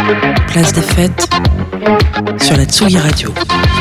Place des fêtes sur la Tsugi Radio.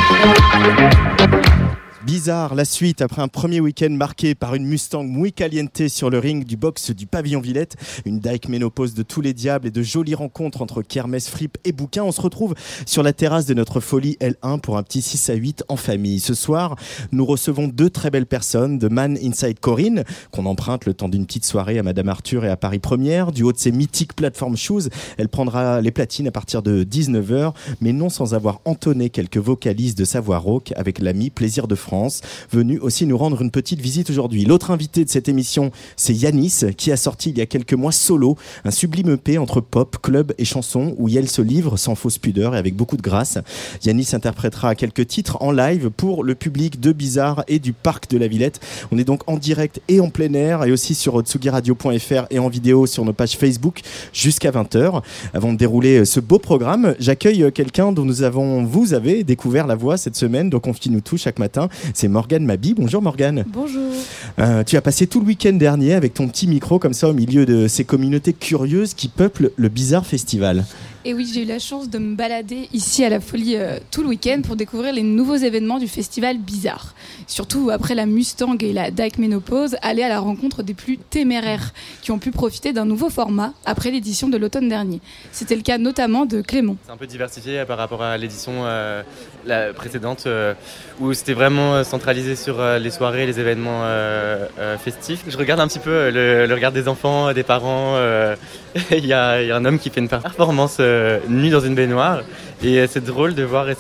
Bizarre, la suite après un premier week-end marqué par une Mustang muy caliente sur le ring du box du pavillon Villette, une Dyke ménopause de tous les diables et de jolies rencontres entre kermesse, fripe et bouquins. On se retrouve sur la terrasse de notre folie L1 pour un petit 6 à 8 en famille. Ce soir, nous recevons deux très belles personnes, de Man Inside Corinne, qu'on emprunte le temps d'une petite soirée à Madame Arthur et à Paris Première. Du haut de ses mythiques plateformes shoes, elle prendra les platines à partir de 19h, mais non sans avoir entonné quelques vocalises de sa voix rauque avec l'ami Plaisir de France, venu aussi nous rendre une petite visite aujourd'hui. L'autre invité de cette émission, c'est Yanis, qui a sorti il y a quelques mois Solo, un sublime EP entre pop, club et chanson, où Yael se livre sans fausse pudeur et avec beaucoup de grâce. Yanis interprétera quelques titres en live pour le public de Bizarre et du Parc de la Villette. On est donc en direct et en plein air, et aussi sur tsugiradio.fr et en vidéo sur nos pages Facebook jusqu'à 20h. Avant de dérouler ce beau programme, j'accueille quelqu'un dont vous avez découvert la voix cette semaine, donc on finit nous tout chaque matin. C'est Morgane Mabi. Bonjour Morgane. Bonjour. Tu as passé tout le week-end dernier avec ton petit micro comme ça au milieu de ces communautés curieuses qui peuplent le Bizarre Festival. Et oui, j'ai eu la chance de me balader ici à la Folie tout le week-end pour découvrir les nouveaux événements du festival Bizarre. Surtout après la Mustang et la Dyke Ménopause, aller à la rencontre des plus téméraires qui ont pu profiter d'un nouveau format après l'édition de l'automne dernier. C'était le cas notamment de Clément. C'est un peu diversifié par rapport à l'édition la précédente où c'était vraiment centralisé sur les soirées, les événements festifs. Je regarde un petit peu le regard des enfants, des parents. Il y a un homme qui fait une performance nu dans une baignoire et c'est drôle de voir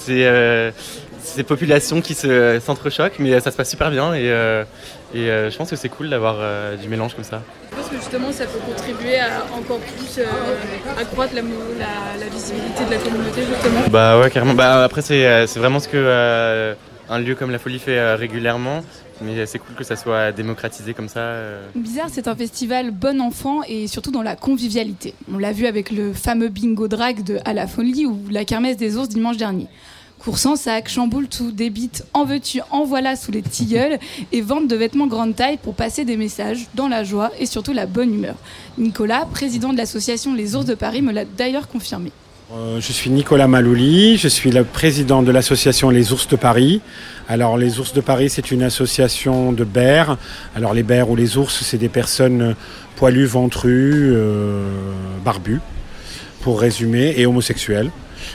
ces populations qui s'entrechoquent, mais ça se passe super bien et je pense que c'est cool d'avoir du mélange comme ça. Je pense que justement ça peut contribuer à encore plus accroître la visibilité de la communauté justement. Bah ouais, carrément. Bah, après c'est vraiment ce que un lieu comme la Folie fait régulièrement. Mais c'est cool que ça soit démocratisé comme ça. Bizarre, c'est un festival bon enfant et surtout dans la convivialité. On l'a vu avec le fameux bingo drag de À la Folie ou la kermesse des ours dimanche dernier. Course en sac, chamboule tout, débite, en veux-tu, en voilà sous les tilleuls et vente de vêtements grande taille pour passer des messages dans la joie et surtout la bonne humeur. Nicolas, président de l'association Les Ours de Paris, me l'a d'ailleurs confirmé. Je suis Nicolas Malouli, je suis le président de l'association Les Ours de Paris. Alors Les Ours de Paris, c'est une association de bères. Alors les bères ou les ours, c'est des personnes poilues, ventrues, barbues, pour résumer, et homosexuels.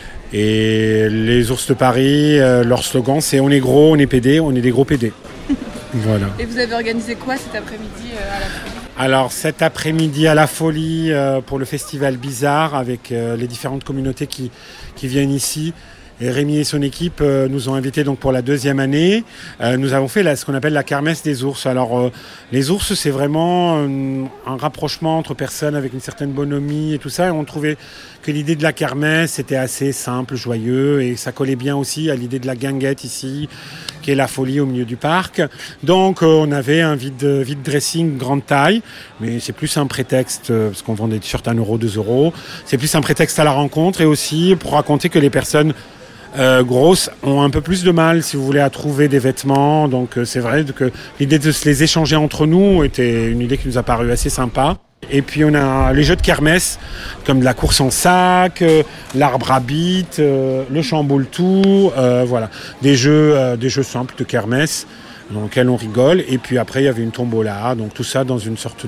Et les Ours de Paris, leur slogan, c'est « On est gros, on est pédés, on est des gros pédés ». Voilà. Et vous avez organisé quoi cet après-midi à la Folie ? Alors cet après-midi à la Folie pour le festival Bizarre avec les différentes communautés qui viennent ici. Et Rémi et son équipe nous ont invités donc pour la deuxième année. Nous avons fait ce qu'on appelle la kermesse des ours. Alors les ours, c'est vraiment un rapprochement entre personnes avec une certaine bonhomie et tout ça. Et on trouvait que l'idée de la kermesse était assez simple, joyeux, et ça collait bien aussi à l'idée de la guinguette ici, qui est la Folie au milieu du parc. Donc on avait un vide dressing grande taille, mais c'est plus un prétexte, parce qu'on vend des t-shirts à 1 euro, 2 euros, c'est plus un prétexte à la rencontre et aussi pour raconter que les personnes grosses ont un peu plus de mal, si vous voulez, à trouver des vêtements. Donc c'est vrai que l'idée de se les échanger entre nous était une idée qui nous a paru assez sympa. Et puis on a les jeux de kermesse, comme de la course en sac, l'arbre à bite, le chamboule tout, voilà, des jeux simples de kermesse dans lesquels on rigole. Et puis après il y avait une tombola, donc tout ça dans une sorte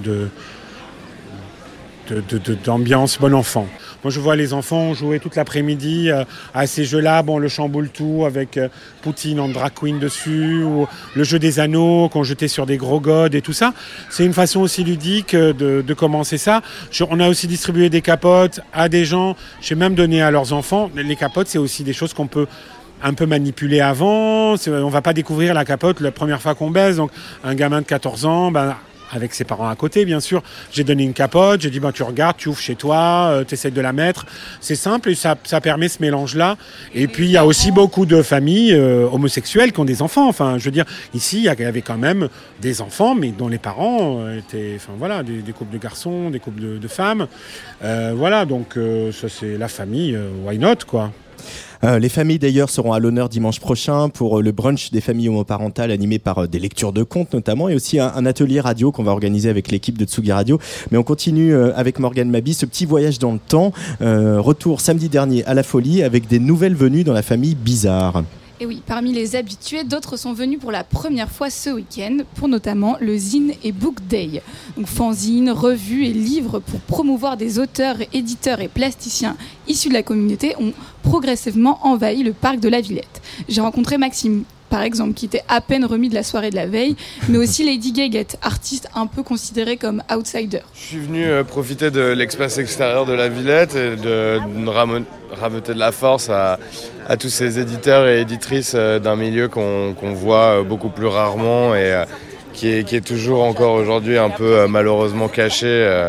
d'ambiance bon enfant. Moi, je vois les enfants jouer toute l'après-midi à ces jeux-là. Bon, le chamboule tout avec Poutine en drag queen dessus, ou le jeu des anneaux qu'on jetait sur des gros godes et tout ça. C'est une façon aussi ludique de commencer ça. On a aussi distribué des capotes à des gens. J'ai même donné à leurs enfants. Les capotes, c'est aussi des choses qu'on peut un peu manipuler avant. On va pas découvrir la capote la première fois qu'on baise. Donc, un gamin de 14 ans, avec ses parents à côté, bien sûr. J'ai donné une capote, j'ai dit, tu regardes, tu ouvres chez toi, tu essaies de la mettre. C'est simple et ça permet ce mélange-là. Et puis, il y a aussi beaucoup de familles homosexuelles qui ont des enfants. Enfin, je veux dire, ici, il y avait quand même des enfants, mais dont les parents étaient, des couples de garçons, des couples de femmes. Voilà, donc ça, c'est la famille, why not, quoi. Les familles d'ailleurs seront à l'honneur dimanche prochain pour le brunch des familles homoparentales animé par des lectures de contes notamment et aussi un atelier radio qu'on va organiser avec l'équipe de Tsugi Radio. Mais on continue avec Morgane Maby, ce petit voyage dans le temps. Retour samedi dernier à la Folie avec des nouvelles venues dans la famille Bizarre. Et oui, parmi les habitués, d'autres sont venus pour la première fois ce week-end, pour notamment le Zine et Book Day. Donc fanzines, revues et livres pour promouvoir des auteurs, éditeurs et plasticiens issus de la communauté ont progressivement envahi le parc de la Villette. J'ai rencontré Maxime, par exemple, qui était à peine remis de la soirée de la veille, mais aussi Lady Gaguette, artiste un peu considérée comme outsider. Je suis venu profiter de l'espace extérieur de la Villette et de rameuter de la force à tous ces éditeurs et éditrices d'un milieu qu'on voit beaucoup plus rarement et qui est toujours encore aujourd'hui un peu malheureusement caché.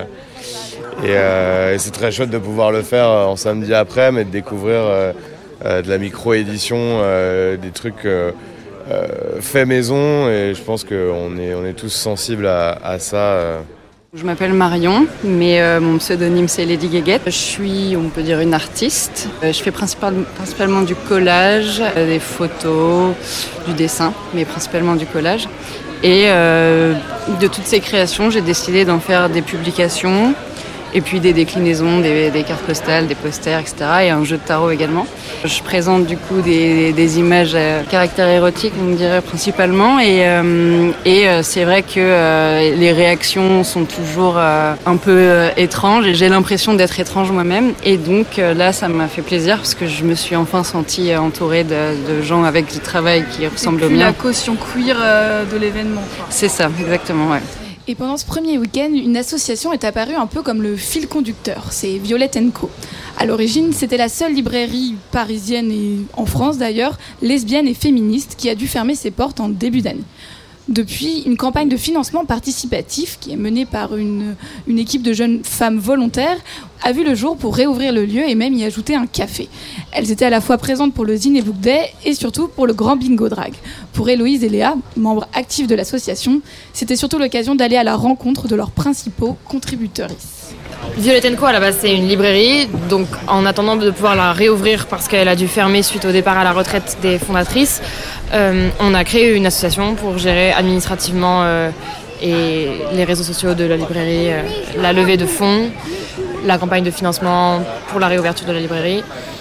Et c'est très chouette de pouvoir le faire en samedi après, mais de découvrir de la micro-édition, des trucs faits maison, et je pense qu'on est tous sensibles à ça. Je m'appelle Marion, mais mon pseudonyme c'est Lady Gaguette. Je suis, on peut dire, une artiste. Je fais principalement du collage, des photos, du dessin, mais principalement du collage. Et de toutes ces créations, j'ai décidé d'en faire des publications, et puis des déclinaisons, des cartes postales, des posters, etc. et un jeu de tarot également. Je présente du coup des images à caractère érotique, on dirait principalement, et c'est vrai que les réactions sont toujours un peu étranges, et j'ai l'impression d'être étrange moi-même, et donc là ça m'a fait plaisir parce que je me suis enfin sentie entourée de gens avec du travail qui ressemblent au mien. La caution queer de l'événement, quoi. C'est ça, exactement, ouais. Et pendant ce premier week-end, une association est apparue un peu comme le fil conducteur, c'est Violette & Co. À l'origine, c'était la seule librairie parisienne, et en France d'ailleurs, lesbienne et féministe, qui a dû fermer ses portes en début d'année. Depuis, une campagne de financement participatif, qui est menée par une équipe de jeunes femmes volontaires, a vu le jour pour réouvrir le lieu et même y ajouter un café. Elles étaient à la fois présentes pour le Zine et Book Day et surtout pour le grand bingo drag. Pour Héloïse et Léa, membres actifs de l'association, c'était surtout l'occasion d'aller à la rencontre de leurs principaux contributeurs. Violette & Co à la base c'est une librairie, donc en attendant de pouvoir la réouvrir parce qu'elle a dû fermer suite au départ à la retraite des fondatrices, on a créé une association pour gérer administrativement et les réseaux sociaux de la librairie, la levée de fonds, la campagne de financement pour la réouverture de la librairie.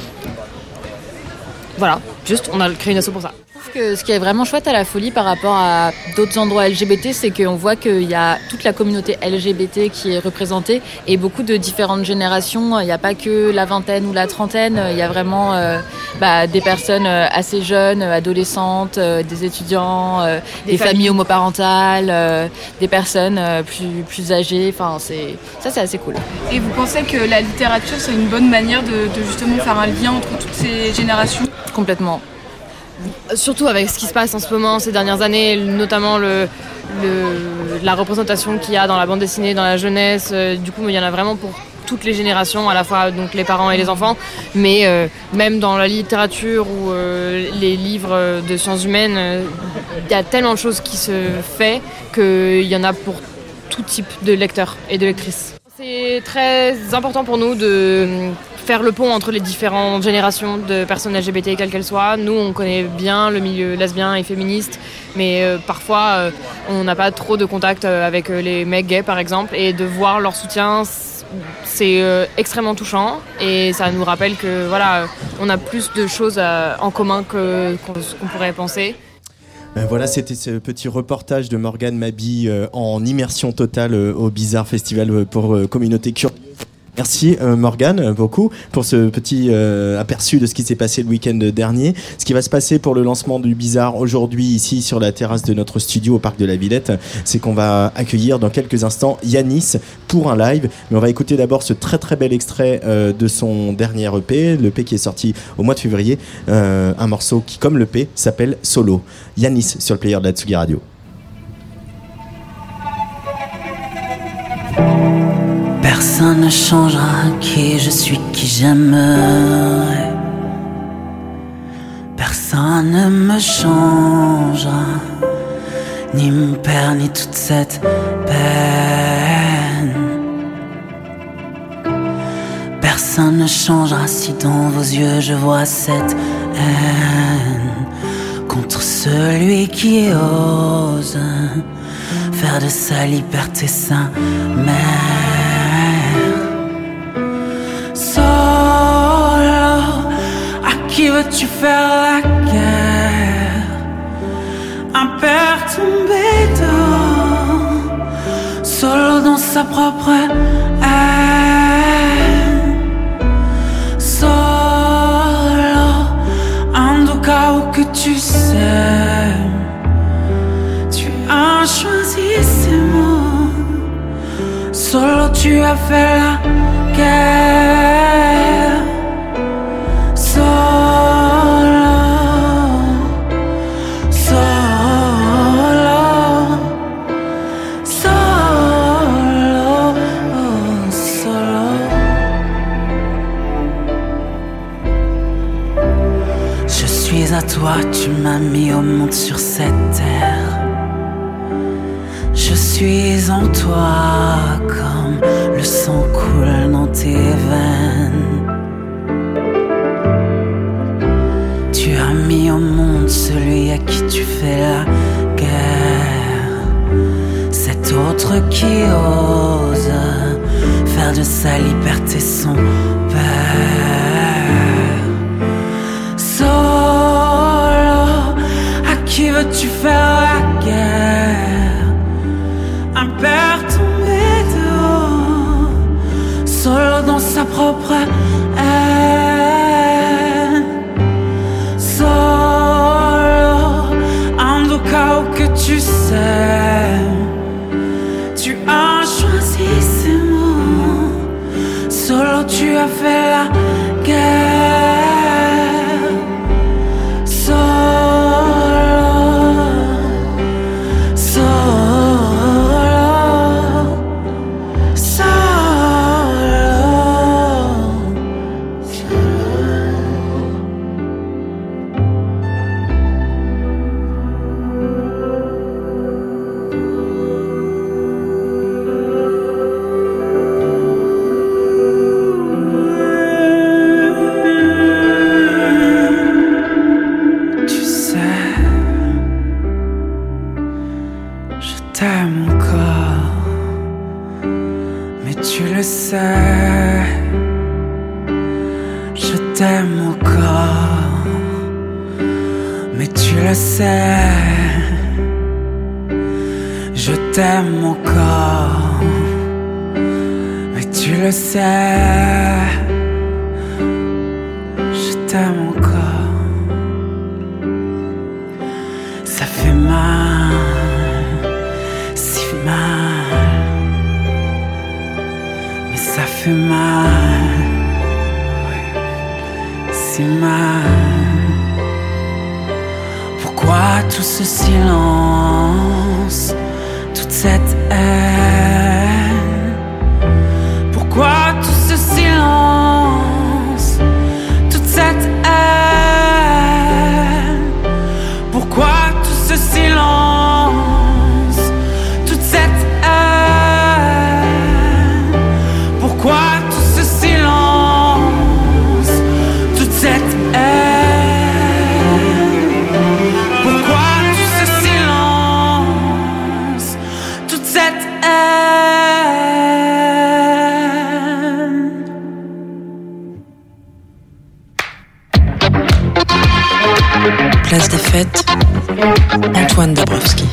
Voilà, juste on a créé une asso pour ça. Je trouve que ce qui est vraiment chouette à la Folie par rapport à d'autres endroits LGBT, c'est qu'on voit qu'il y a toute la communauté LGBT qui est représentée et beaucoup de différentes générations. Il n'y a pas que la vingtaine ou la trentaine, il y a vraiment des personnes assez jeunes, adolescentes, des étudiants, des familles homoparentales, des personnes plus âgées. Enfin, c'est assez cool. Et vous pensez que la littérature, c'est une bonne manière de justement faire un lien entre toutes ces générations ? Complètement. Surtout avec ce qui se passe en ce moment, ces dernières années, notamment la représentation qu'il y a dans la bande dessinée, dans la jeunesse. Du coup, il y en a vraiment pour toutes les générations, à la fois donc les parents et les enfants, mais même dans la littérature ou les livres de sciences humaines, il y a tellement de choses qui se font qu'il y en a pour tout type de lecteurs et de lectrices. C'est très important pour nous de faire le pont entre les différentes générations de personnes LGBT, quelles qu'elles soient. Nous, on connaît bien le milieu lesbien et féministe, mais parfois, on n'a pas trop de contact avec les mecs gays, par exemple, et de voir leur soutien, c'est extrêmement touchant, et ça nous rappelle que voilà, on a plus de choses en commun qu'on pourrait penser. Voilà, c'était ce petit reportage de Morgane Maby en immersion totale au Bizarre Festival pour Communauté Curieuse. Merci Morgane beaucoup pour ce petit aperçu de ce qui s'est passé le week-end dernier. Ce qui va se passer pour le lancement du Bizarre aujourd'hui ici sur la terrasse de notre studio au parc de la Villette, c'est qu'on va accueillir dans quelques instants Yanis pour un live. Mais on va écouter d'abord ce très très bel extrait de son dernier EP, l'EP qui est sorti au mois de février, un morceau qui, comme l'EP, s'appelle Solo. Yanis sur le player de la Tsugi Radio. Personne ne changera qui je suis, qui j'aimerais. Personne ne me changera, ni mon père, ni toute cette peine. Personne ça ne changera si dans vos yeux je vois cette haine contre celui qui ose faire de sa liberté sa mère. Solo, à qui veux-tu faire la guerre? Un père tombé d'eau, solo dans sa propre haine. Solo, en tout cas où que tu sais, tu as choisi ces mots. Solo tu as fait la guerre. Solo, à toi, tu m'as mis au monde sur cette terre. Je suis en toi comme le sang coule dans tes veines. Tu as mis au monde celui à qui tu fais la guerre. Cet autre qui ose faire de sa liberté son père. Qui veux-tu faire la guerre? Un père tombé dehors, solo dans sa propre haine. Solo, en tout cas où que tu sais, tu as choisi ces mots. Solo tu as fait la guerre. Je t'aime encore, mais tu le sais. Je t'aime encore, mais tu le sais. Je t'aime encore. Ça fait mal, si mal. Ça fait mal, si mal. Pourquoi tout ce silence, toute cette haine? Pourquoi tout ce silence, toute cette haine? Pourquoi tout ce silence, toute cette haine? Pourquoi tout ce silence, toute cette haine? Pourquoi tout ce silence, toute cette haine? Place des Fêtes, Antoine Dabrowski.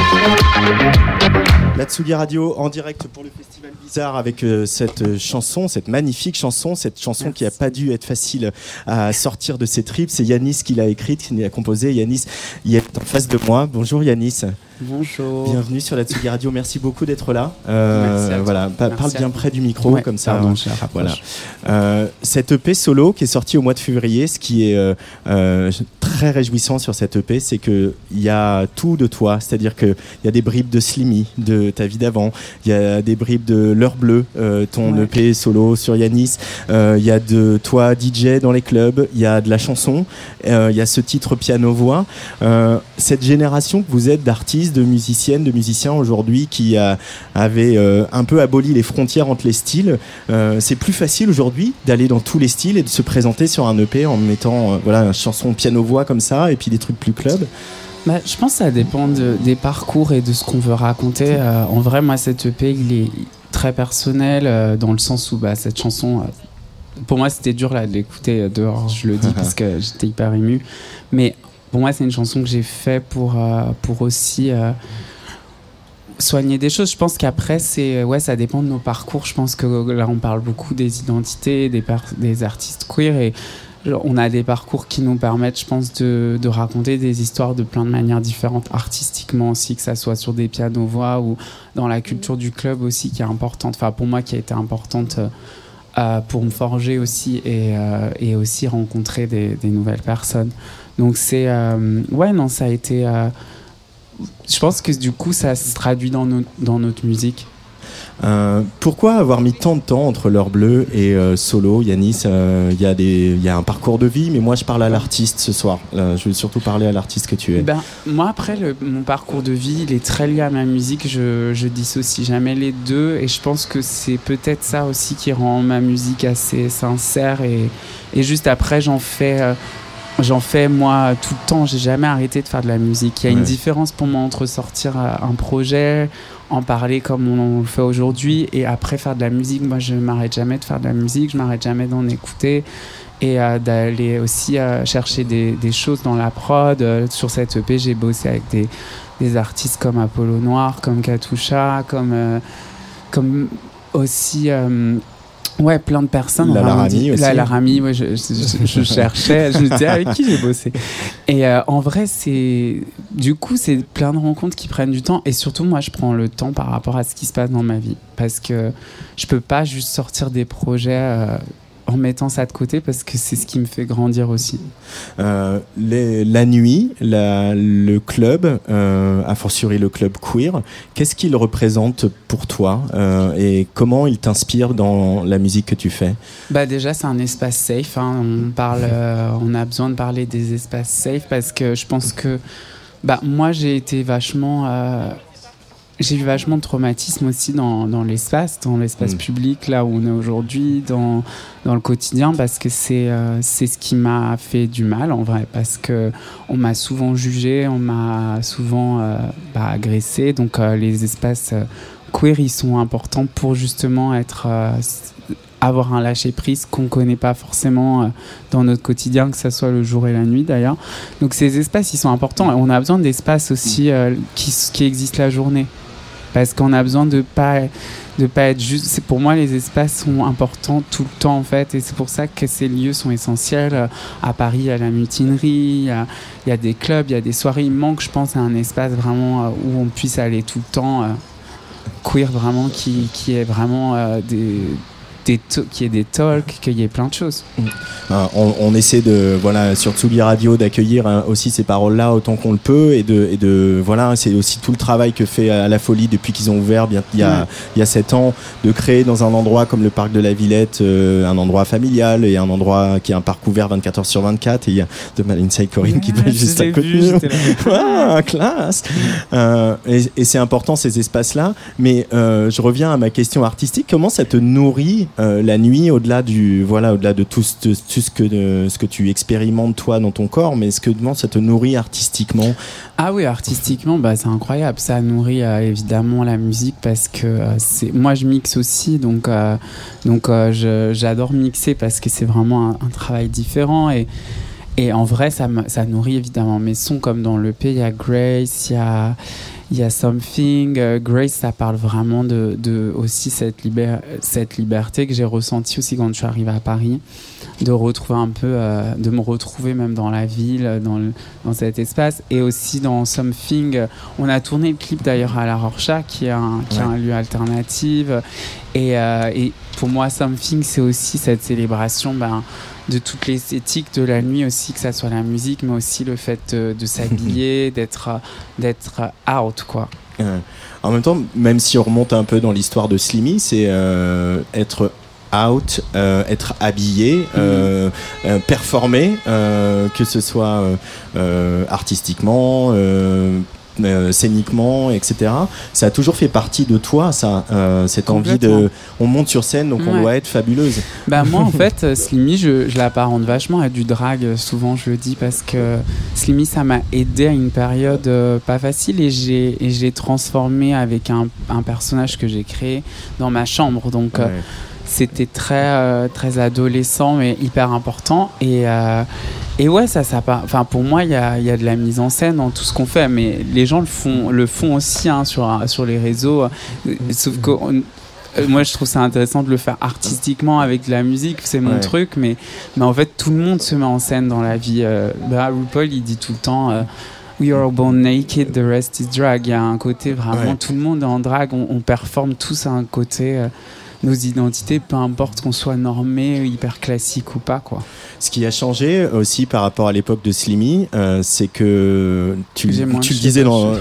La Tsugi Radio en direct pour le Festival Bizarre avec cette chanson, cette magnifique chanson, cette chanson qui n'a pas dû être facile à sortir de ses tripes. C'est Yanis qui l'a écrite, qui l'a composée. Yanis, il est en face de moi. Bonjour Yanis. Bonjour. Bienvenue sur la Tsugi Radio. Merci beaucoup d'être là. Voilà, parle bien près du micro, comme ça. Pardon, voilà. Cette EP solo qui est sortie au mois de février, ce qui est très réjouissant sur cette EP, c'est qu'il y a tout de toi. C'est-à-dire qu'il y a des bribes de Slimy, de ta vie d'avant. Il y a des bribes de L'Heure Bleue, ton EP solo sur Yanis. Il y a de toi DJ dans les clubs. Il y a de la chanson. Il y a ce titre piano-voix. Cette génération que vous êtes d'artistes, fils de musiciennes, de musiciens aujourd'hui qui avaient un peu aboli les frontières entre les styles. C'est plus facile aujourd'hui d'aller dans tous les styles et de se présenter sur un EP en mettant une chanson piano-voix comme ça et puis des trucs plus club. Je pense que ça dépend des parcours et de ce qu'on veut raconter. En vrai, moi, cet EP, il est très personnel dans le sens où cette chanson, pour moi, c'était dur là, de l'écouter dehors, je le dis, parce que j'étais hyper ému. Mais pour moi, c'est une chanson que j'ai fait pour aussi soigner des choses. Je pense qu'après, ça dépend de nos parcours. Je pense que là, on parle beaucoup des identités, des artistes queer et on a des parcours qui nous permettent, je pense, de raconter des histoires de plein de manières différentes, artistiquement aussi, que ça soit sur des pianos-voix ou dans la culture du club aussi, qui est importante, enfin pour moi qui a été importante pour me forger aussi et aussi rencontrer des nouvelles personnes. Donc ça a été... je pense que du coup, ça se traduit dans notre musique. Pourquoi avoir mis tant de temps entre L'Heure Bleue et Solo, Yanis? Il y a un parcours de vie, mais moi je parle à l'artiste ce soir. Je vais surtout parler à l'artiste que tu es. Moi après, mon parcours de vie, il est très lié à ma musique. Je dissocie jamais les deux et je pense que c'est peut-être ça aussi qui rend ma musique assez sincère et juste après j'en fais moi tout le temps. J'ai jamais arrêté de faire de la musique. Il y a une différence pour moi entre sortir un projet, en parler comme on le fait aujourd'hui et après faire de la musique. Moi je m'arrête jamais de faire de la musique, je m'arrête jamais d'en écouter et d'aller aussi chercher des choses dans la prod. Sur cette EP j'ai bossé avec des artistes comme Apollo Noir, comme Katusha, comme aussi plein de personnes. La Rami aussi. La Rami, je cherchais, je me disais avec qui j'ai bossé. Et en vrai, c'est plein de rencontres qui prennent du temps. Et surtout, moi, je prends le temps par rapport à ce qui se passe dans ma vie. Parce que je peux pas juste sortir des projets en mettant ça de côté parce que c'est ce qui me fait grandir aussi. La nuit, le club, a fortiori le club queer, qu'est-ce qu'il représente pour toi et comment il t'inspire dans la musique que tu fais? Déjà, c'est un espace safe. On a besoin de parler des espaces safe parce que je pense que moi, j'ai été j'ai eu vachement de traumatisme aussi dans l'espace public, là où on est aujourd'hui, dans le quotidien, parce que c'est ce qui m'a fait du mal, en vrai, parce qu'on m'a souvent jugé, on m'a souvent agressé. Donc les espaces queer, ils sont importants pour justement avoir un lâcher-prise qu'on ne connaît pas forcément dans notre quotidien, que ce soit le jour et la nuit d'ailleurs. Donc ces espaces, ils sont importants. Et on a besoin d'espaces aussi qui existent la journée. Parce qu'on a besoin de pas être juste... Pour moi, les espaces sont importants tout le temps, en fait. Et c'est pour ça que ces lieux sont essentiels. À Paris, il y a la mutinerie, il y a des clubs, il y a des soirées. Il manque, je pense, à un espace vraiment où on puisse aller tout le temps. Queer, vraiment, qui est vraiment qu'il y ait des talks, qu'il y ait plein de choses. On essaie sur Tsugi Radio d'accueillir aussi ces paroles-là autant qu'on le peut et de c'est aussi tout le travail que fait à la Folie depuis qu'ils ont ouvert il y a 7 ans, de créer dans un endroit comme le parc de la Villette un endroit familial et un endroit qui est un parc ouvert 24h sur 24 et il y a de Inside Corinne qui passe juste à côté. Classe. Et c'est important ces espaces-là, mais je reviens à ma question artistique. Comment ça te nourrit la nuit, au-delà de tout ce que tu expérimentes toi dans ton corps, mais comment ça te nourrit artistiquement? Ah oui, artistiquement, c'est incroyable. Ça nourrit évidemment la musique parce que moi je mixe aussi, donc j'adore mixer parce que c'est vraiment un travail différent et en vrai ça nourrit évidemment mes sons, comme dans l'EP il y a Grace, il y a Something. Grace, ça parle vraiment de aussi cette liberté que j'ai ressentie aussi quand je suis arrivée à Paris, de retrouver un peu, de me retrouver même dans la ville, dans cet espace. Et aussi dans Something, on a tourné le clip d'ailleurs à la Rorschach, qui est un lieu alternatif. Et pour moi, Something, c'est aussi cette célébration de toute l'esthétique de la nuit aussi, que ça soit la musique, mais aussi le fait de s'habiller, d'être out, quoi. En même temps, même si on remonte un peu dans l'histoire de Slimy, c'est être out, être habillé, performer, que ce soit artistiquement, scéniquement, etc. Ça a toujours fait partie de toi, ça, cette envie on monte sur scène, donc on doit être fabuleuse. Bah moi en fait, Slimy, je l'apparente vachement à du drag, souvent je le dis, parce que Slimy, ça m'a aidé à une période pas facile, et j'ai transformé avec un personnage que j'ai créé dans ma chambre, donc c'était très adolescent mais hyper important, et ouais, enfin pour moi il y a de la mise en scène dans tout ce qu'on fait, mais les gens le font aussi sur les réseaux, sauf que moi je trouve ça intéressant de le faire artistiquement avec de la musique, c'est mon truc, mais en fait tout le monde se met en scène dans la vie. RuPaul il dit tout le temps We are all born naked, the rest is drag. Il y a un côté vraiment, tout le monde est en drag, on performe tous à un côté nos identités, peu importe qu'on soit normé, hyper classique ou pas, quoi. Ce qui a changé aussi par rapport à l'époque de Slimy, c'est que tu le disais dans...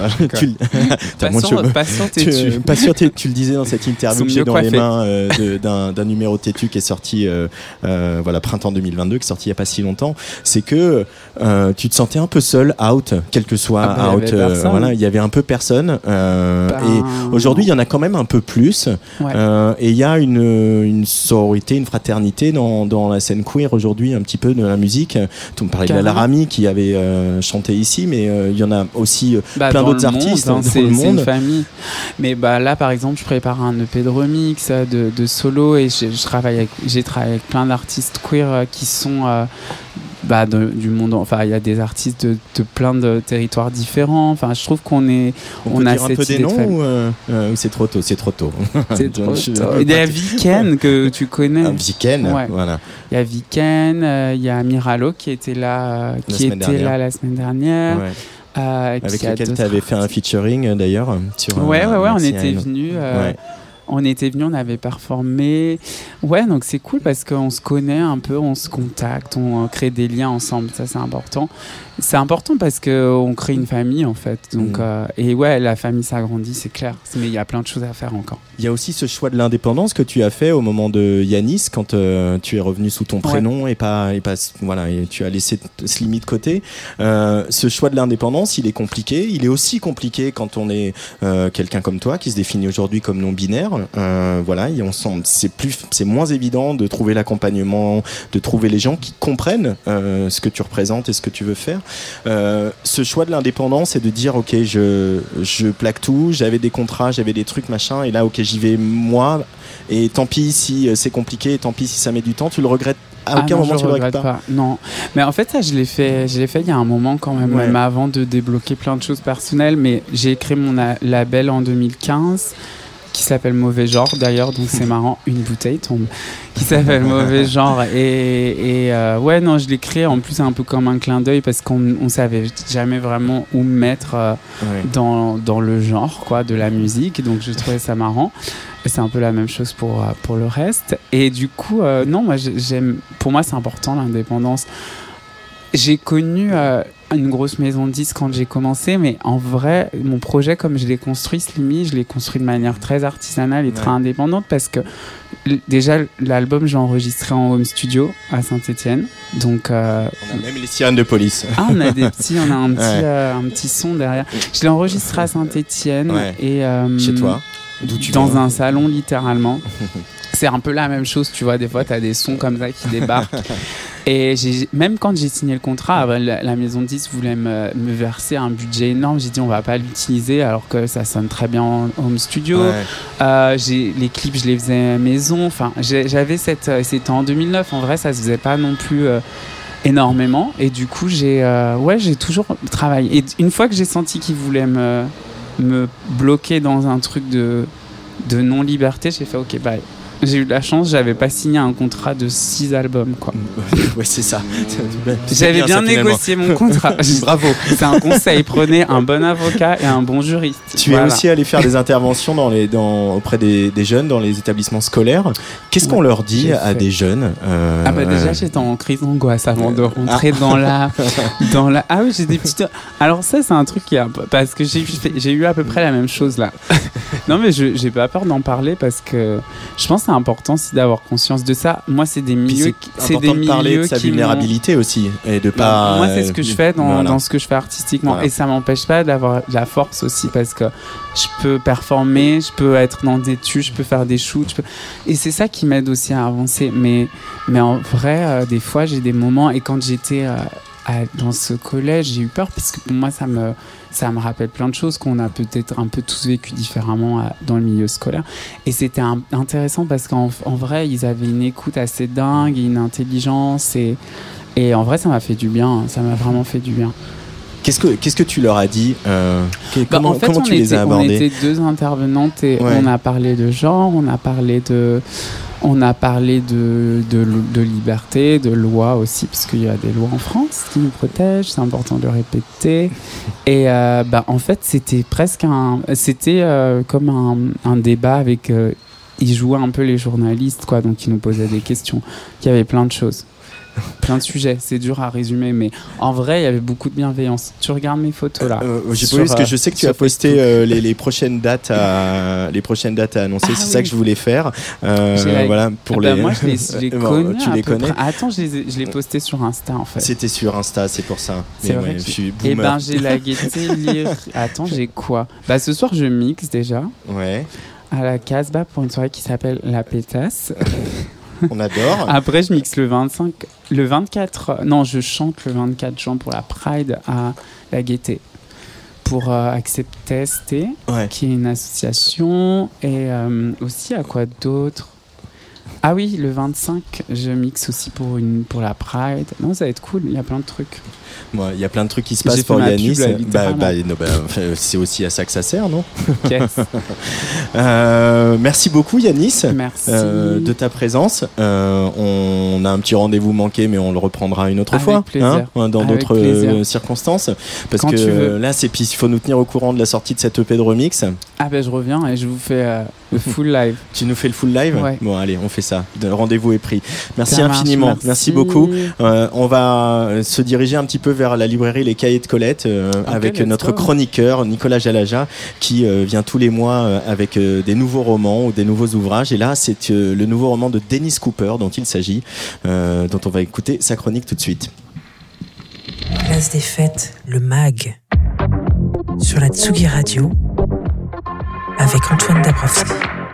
Pas sûr, tu le disais dans cette interview que j'ai dans les mains d'un numéro têtu qui est sorti printemps 2022, qui est sorti il n'y a pas si longtemps, c'est que tu te sentais un peu seul, out, quel que soit out, il y avait un peu personne, et aujourd'hui il y en a quand même un peu plus, et il y a une sororité, une fraternité dans la scène queer aujourd'hui, un petit peu de la musique. Tu me parlais de la Rami qui avait chanté ici, mais il y en a aussi plein d'autres artistes dans le monde. C'est une famille. Mais là, par exemple, je prépare un EP de remix, de solo, et j'ai travaillé avec plein d'artistes queer qui sont du monde. Enfin, il y a des artistes de plein de territoires différents. Enfin, je trouve qu'on a dire un peu des noms ou c'est trop tôt? C'est trop tôt. C'est trop tôt. Il y a Viken que tu connais. Viken, voilà. Il y a Viken, il y a Miralo qui était là la semaine dernière. Avec lequel tu avais fait un featuring d'ailleurs sur on était venus. On avait performé. Ouais, donc c'est cool parce qu'on se connaît un peu, on se contacte, on crée des liens ensemble. Ça, c'est important. C'est important parce qu'on crée une famille, en fait. Donc, et ouais, la famille s'agrandit, c'est clair. Mais il y a plein de choses à faire encore. Il y a aussi ce choix de l'indépendance que tu as fait au moment de Yanis, quand tu es revenu sous ton prénom et tu as laissé Slimy de côté. Ce choix de l'indépendance, il est compliqué. Il est aussi compliqué quand on est quelqu'un comme toi, qui se définit aujourd'hui comme non-binaire. C'est moins évident de trouver l'accompagnement, de trouver les gens qui comprennent ce que tu représentes et ce que tu veux faire. Ce choix de l'indépendance, c'est de dire ok, je plaque tout, j'avais des contrats, j'avais des trucs machin, et là ok, j'y vais moi, et tant pis si c'est compliqué, tant pis si ça met du temps. Tu le regrettes? À aucun moment tu le regrettes pas? Non, mais en fait ça je l'ai fait il y a un moment quand même, avant de débloquer plein de choses personnelles. Mais j'ai créé mon label en 2015 qui s'appelle Mauvais Genre d'ailleurs, donc c'est marrant, une bouteille tombe, qui s'appelle Mauvais Genre, et je l'ai créé en plus un peu comme un clin d'œil parce qu'on savait jamais vraiment où me mettre dans le genre quoi, de la musique, donc je trouvais ça marrant. Et c'est un peu la même chose pour le reste, et du coup pour moi c'est important l'indépendance. J'ai connu une grosse maison de disques quand j'ai commencé, mais en vrai, mon projet, comme je l'ai construit, Slimy, je l'ai construit de manière très artisanale et très indépendante, parce que déjà, l'album, j'ai enregistré en home studio à Saint-Étienne. Donc, on a même les sirènes de police. On a un petit son derrière. Je l'ai enregistré à Saint-Étienne. Et, chez toi? D'où tu dans viens? un salon, littéralement. C'est un peu la même chose, tu vois, des fois t'as des sons comme ça qui débarquent. Et même quand j'ai signé le contrat, la maison de disques voulait me verser un budget énorme. J'ai dit on va pas l'utiliser alors que ça sonne très bien en home studio. Les clips je les faisais maison. Enfin, j'avais c'était en 2009. En vrai, ça se faisait pas non plus énormément. Et du coup, j'ai toujours travaillé. Et une fois que j'ai senti qu'ils voulaient me bloquer dans un truc de non-liberté, j'ai fait ok, bye. J'ai eu de la chance, j'avais pas signé un contrat de 6 albums, quoi. Ouais, c'est ça. J'avais bien négocié mon contrat. Bravo. C'est un conseil, prenez un bon avocat et un bon juriste. Tu es aussi allé faire des interventions auprès des jeunes dans les établissements scolaires. Qu'est-ce qu'on leur dit à des jeunes déjà, j'étais en crise d'angoisse avant de rentrer dans la... Ah oui, j'ai des petites... Alors ça, c'est un truc qui est un peu... Parce que j'ai eu à peu près la même chose, là. Non, mais j'ai pas peur d'en parler parce que je pense que c'est important aussi d'avoir conscience de ça. Moi, c'est des milieux, c'est important de parler de sa vulnérabilité aussi et de pas. Moi, c'est ce que je fais dans ce que je fais artistiquement, et ça m'empêche pas d'avoir de la force aussi, parce que je peux performer, je peux être dans des tues, je peux faire des shoots, et c'est ça qui m'aide aussi à avancer. Mais en vrai, des fois, j'ai des moments, et quand j'étais dans ce collège, j'ai eu peur, parce que pour moi, ça me rappelle plein de choses qu'on a peut-être un peu tous vécu différemment dans le milieu scolaire. Et c'était intéressant parce qu'en vrai, ils avaient une écoute assez dingue, une intelligence, et en vrai, ça m'a fait du bien. Ça m'a vraiment fait du bien. Qu'est-ce que tu leur as dit comment tu les as abordés? On était 2 intervenantes et on a parlé de genre, on a parlé de liberté, de loi aussi, parce qu'il y a des lois en France qui nous protègent, c'est important de le répéter. Et en fait, c'était presque comme un débat avec... ils jouaient un peu les journalistes, quoi, donc ils nous posaient des questions. Il y avait plein de choses. Plein de sujets, c'est dur à résumer, mais en vrai, il y avait beaucoup de bienveillance. Tu regardes mes photos là. J'ai pas vu parce que je sais que tu as posté les prochaines dates à annoncer. C'est ça que je voulais faire. Voilà pour les. Moi, je les connais. Tu les connais. Attends, je l'ai posté sur Insta en fait. C'était sur Insta, c'est pour ça. C'est vrai. Je suis boomer. J'ai la gaieté lire. Attends, j'ai quoi? ce soir, je mixe déjà. Ouais. À la Casbah pour une soirée qui s'appelle La Pétasse. On adore. Après, je mixe le 24. Non, je chante le 24 juin pour la Pride à la Gaieté. Pour Accepteste, qui est une association. Et aussi, à quoi d'autre? Ah oui, le 25, je mixe aussi pour la Pride. Non, ça va être cool, il y a plein de trucs. Il y a plein de trucs qui se passent pour Yanis. C'est aussi à ça que ça sert, non? Yes. Merci beaucoup Yanis. Merci. De ta présence. On a un petit rendez-vous manqué, mais on le reprendra une autre fois, dans d'autres circonstances. Parce quand que là, il faut nous tenir au courant de la sortie de cette EP de remix. Je reviens et je vous fais le full live. Tu nous fais le full live? Ouais. Bon, allez, on fait ça. Le rendez-vous est pris. Merci infiniment. Merci beaucoup. On va se diriger un petit peu vers la librairie Les Cahiers de Colette avec notre chroniqueur Nicolas Jalaja qui vient tous les mois avec des nouveaux romans ou des nouveaux ouvrages. Et là, c'est le nouveau roman de Dennis Cooper dont il s'agit, dont on va écouter sa chronique tout de suite. Place des Fêtes, le MAG, sur la Tsugi Radio, avec Antoine Dabrowski.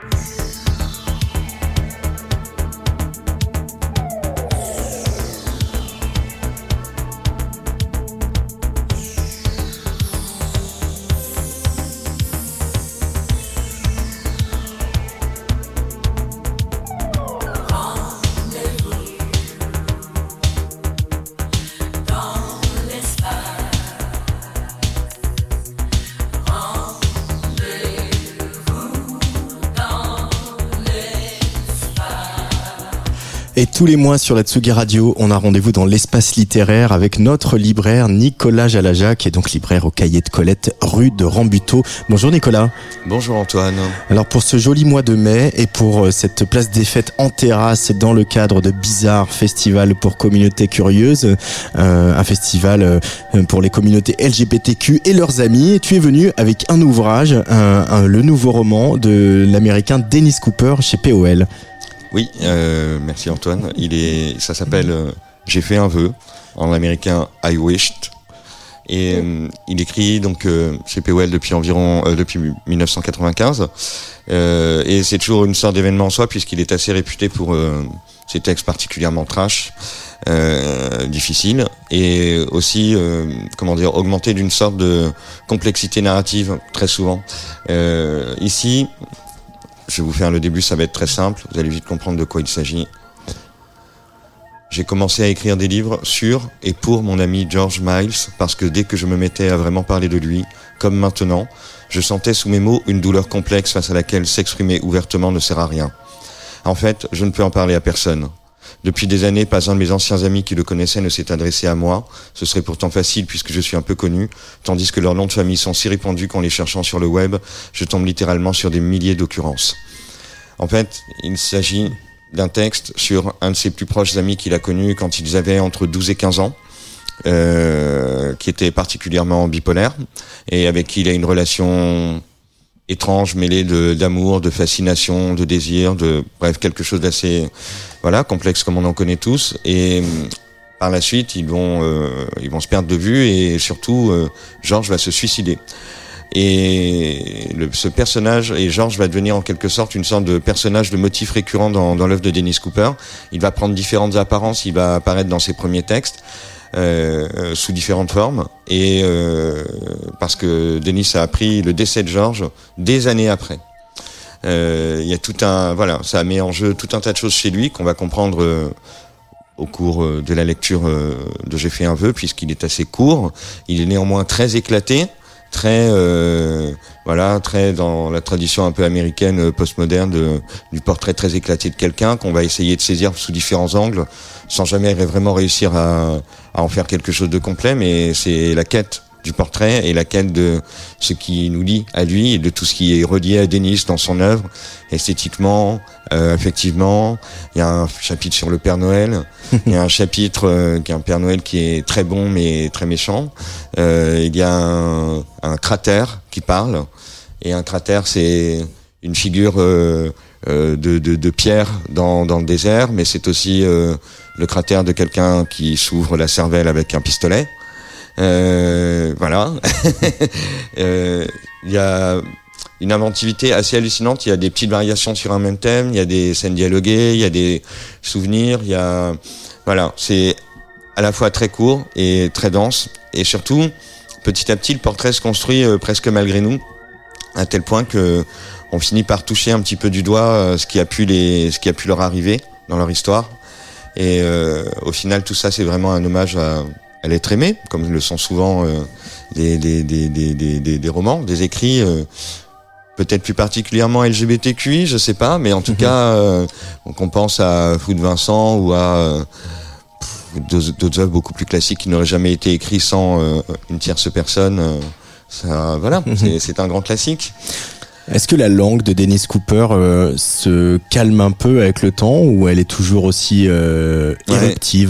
Et tous les mois sur la Tsugi Radio, on a rendez-vous dans l'espace littéraire avec notre libraire Nicolas Jalaja, qui est donc libraire au Cahier de Colette, rue de Rambuteau. Bonjour Nicolas. Bonjour Antoine. Alors pour ce joli mois de mai et pour cette place des fêtes en terrasse dans le cadre de Bizarre Festival pour communautés curieuses, un festival pour les communautés LGBTQ et leurs amis, tu es venu avec un ouvrage, le nouveau roman de l'américain Dennis Cooper chez POL. Oui, merci Antoine. Ça s'appelle J'ai fait un vœu, en américain I wished. Et il écrit donc chez POL depuis 1995. Et c'est toujours une sorte d'événement en soi puisqu'il est assez réputé pour ses textes particulièrement trash, difficiles, et aussi augmenté d'une sorte de complexité narrative très souvent. Ici, je vais vous faire le début, ça va être très simple, vous allez vite comprendre de quoi il s'agit. J'ai commencé à écrire des livres sur et pour mon ami George Miles, parce que dès que je me mettais à vraiment parler de lui, comme maintenant, je sentais sous mes mots une douleur complexe face à laquelle s'exprimer ouvertement ne sert à rien. En fait, je ne peux en parler à personne. Depuis des années, pas un de mes anciens amis qui le connaissaient ne s'est adressé à moi. Ce serait pourtant facile puisque je suis un peu connu, tandis que leurs noms de famille sont si répandus qu'en les cherchant sur le web, je tombe littéralement sur des milliers d'occurrences. En fait, il s'agit d'un texte sur un de ses plus proches amis qu'il a connu quand ils avaient entre 12 et 15 ans, qui était particulièrement bipolaire et avec qui il a une relation étrange, mêlé d'amour, de fascination, de désir, bref, quelque chose d'assez complexe comme on en connaît tous. Et par la suite, ils vont se perdre de vue et surtout, Georges va se suicider. Et ce personnage, et Georges va devenir en quelque sorte une sorte de personnage de motif récurrent dans l'œuvre de Dennis Cooper. Il va prendre différentes apparences, il va apparaître dans ses premiers textes sous différentes formes, et parce que Dennis a appris le décès de Georges des années après. Il y a ça met en jeu tout un tas de choses chez lui qu'on va comprendre au cours de la lecture de J'ai fait un vœu, puisqu'il est assez court. Il est néanmoins très éclaté, très dans la tradition un peu américaine postmoderne du portrait très éclaté de quelqu'un qu'on va essayer de saisir sous différents angles sans jamais vraiment réussir à en faire quelque chose de complet, mais c'est la quête du portrait et la quête de ce qui nous lie à lui et de tout ce qui est relié à Denis dans son œuvre, esthétiquement, affectivement. Il y a un chapitre sur le Père Noël, il y a un chapitre qui est un Père Noël qui est très bon mais très méchant. Il y a un cratère qui parle, et un cratère c'est une figure de pierre dans le désert, mais c'est aussi le cratère de quelqu'un qui s'ouvre la cervelle avec un pistolet. Il y a une inventivité assez hallucinante. Il y a des petites variations sur un même thème, il y a des scènes dialoguées, il y a des souvenirs, c'est à la fois très court et très dense, et surtout petit à petit le portrait se construit presque malgré nous, à tel point que on finit par toucher un petit peu du doigt ce qui a pu leur arriver dans leur histoire, et au final tout ça c'est vraiment un hommage à l'être aimé, comme le sont souvent des romans, des écrits, peut-être plus particulièrement LGBTQI, je sais pas, mais en tout cas, qu'on pense à Fou de Vincent ou à d'autres œuvres beaucoup plus classiques qui n'auraient jamais été écrites sans une tierce personne. C'est un grand classique. Est-ce que la langue de Dennis Cooper se calme un peu avec le temps, ou elle est toujours aussi éruptive ?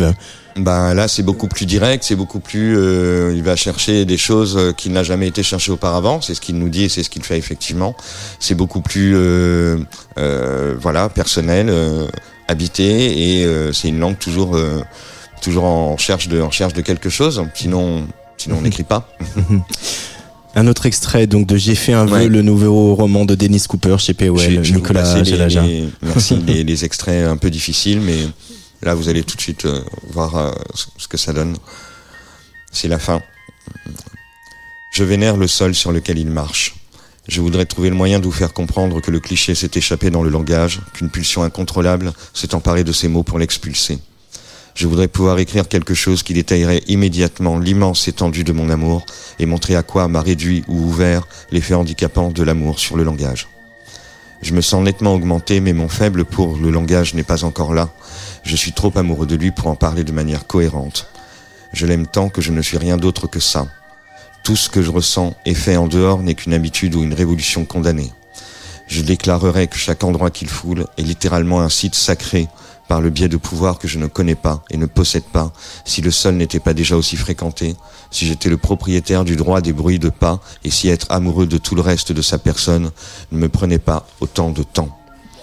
Là, c'est beaucoup plus direct, c'est beaucoup plus... il va chercher des choses qu'il n'a jamais été cherché auparavant, c'est ce qu'il nous dit et c'est ce qu'il fait effectivement. C'est beaucoup plus personnel, habité, et c'est une langue toujours en recherche de quelque chose, sinon on n'écrit pas. Un autre extrait donc de J'ai fait un vœu, le nouveau roman de Dennis Cooper chez POL, Nicolas Jalaja. Merci, les extraits un peu difficiles, mais là vous allez tout de suite voir ce que ça donne. C'est la fin. Je vénère le sol sur lequel il marche. Je voudrais trouver le moyen de vous faire comprendre que le cliché s'est échappé dans le langage, qu'une pulsion incontrôlable s'est emparée de ces mots pour l'expulser. Je voudrais pouvoir écrire quelque chose qui détaillerait immédiatement l'immense étendue de mon amour et montrer à quoi m'a réduit ou ouvert l'effet handicapant de l'amour sur le langage. Je me sens nettement augmenté, mais mon faible pour le langage n'est pas encore là. Je suis trop amoureux de lui pour en parler de manière cohérente. Je l'aime tant que je ne suis rien d'autre que ça. Tout ce que je ressens et fais en dehors n'est qu'une habitude ou une révolution condamnée. Je déclarerai que chaque endroit qu'il foule est littéralement un site sacré, par le biais de pouvoirs que je ne connais pas et ne possède pas, si le sol n'était pas déjà aussi fréquenté, si j'étais le propriétaire du droit des bruits de pas, et si être amoureux de tout le reste de sa personne ne me prenait pas autant de temps.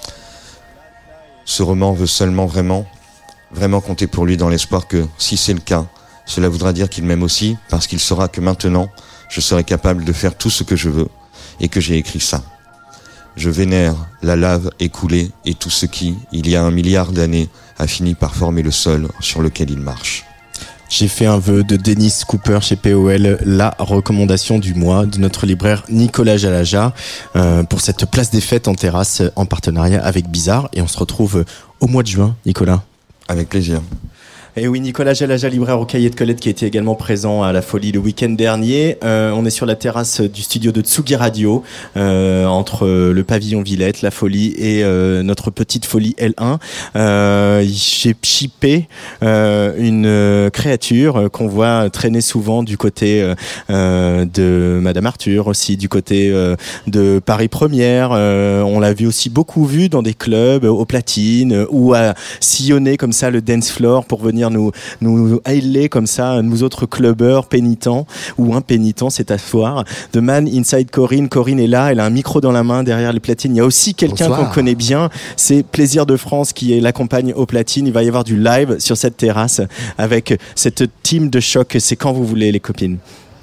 Ce roman veut seulement vraiment compter pour lui dans l'espoir que, si c'est le cas, cela voudra dire qu'il m'aime aussi, parce qu'il saura que maintenant, je serai capable de faire tout ce que je veux, et que j'ai écrit ça. Je vénère la lave écoulée et tout ce qui, il y a 1 milliard d'années, a fini par former le sol sur lequel il marche. J'ai fait un vœu de Dennis Cooper chez POL, la recommandation du mois de notre libraire Nicolas Jalaja pour cette place des fêtes en terrasse en partenariat avec Bizarre. Et on se retrouve au mois de juin, Nicolas. Avec plaisir. Et oui, Nicolas Jalaja, libraire au Cahier de Colette, qui était également présent à la Folie le week-end dernier. On est sur la terrasse du studio de Tsugi Radio, entre le pavillon Villette, la Folie et notre petite Folie L1. J'ai chippé une créature qu'on voit traîner souvent du côté de Madame Arthur, aussi du côté de Paris Première. On l'a aussi beaucoup vu dans des clubs, aux platines, ou à sillonner comme ça le dance floor pour venir venir nous hailer comme ça, nous autres clubbers pénitents ou impénitents, c'est à voir. The Man Inside Corinne. Corinne est là, elle a un micro dans la main derrière les platines. Il y a aussi quelqu'un qu'on connaît bien, c'est Plaisir de France qui l'accompagne aux platines. Il va y avoir du live sur cette terrasse avec cette team de choc. C'est quand vous voulez, les copines.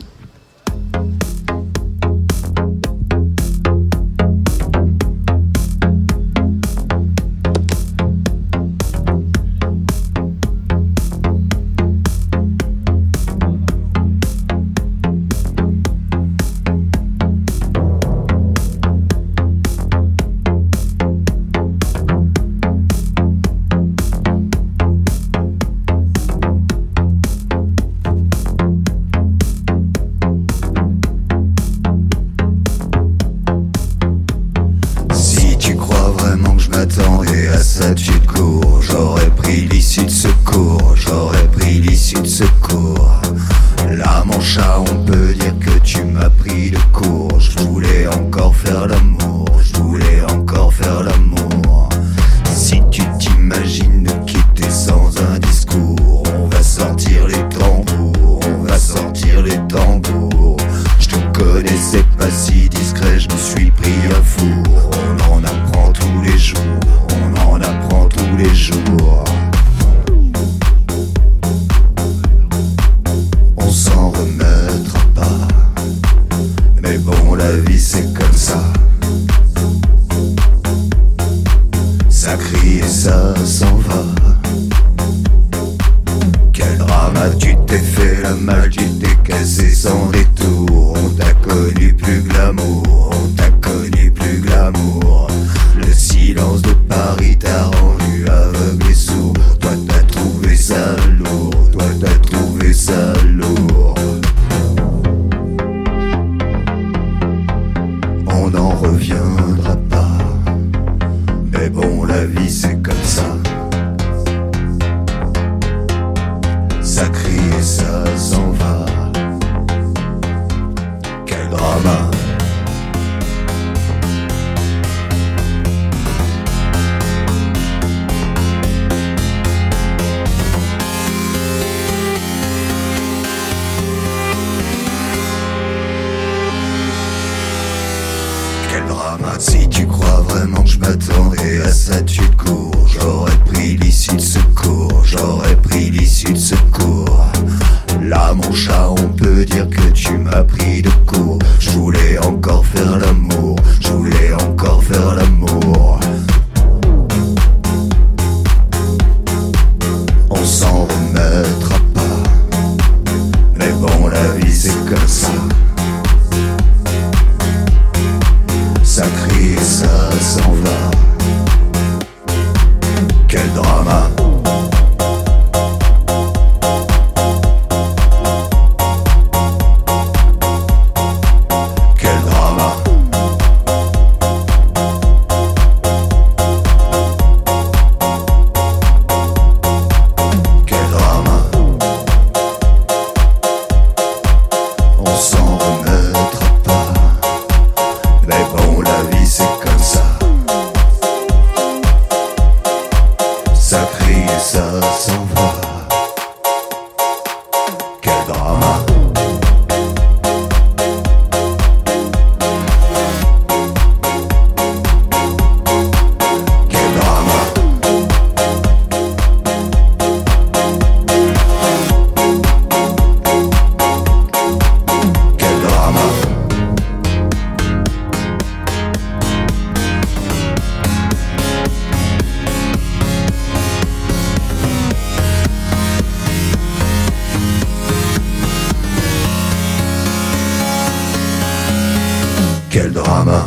Quel drama.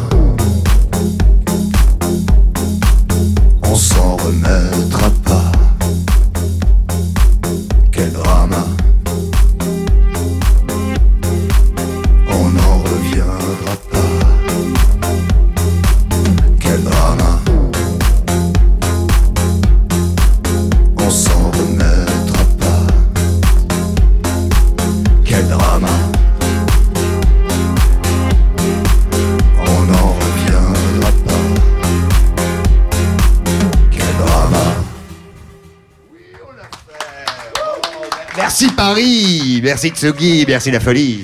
On s'en remettra pas. Quel drama. On n'en reviendra pas. Quel drama. On s'en remettra pas. Quel drama. On n'en Merci Paris, merci Tsugi, merci la folie.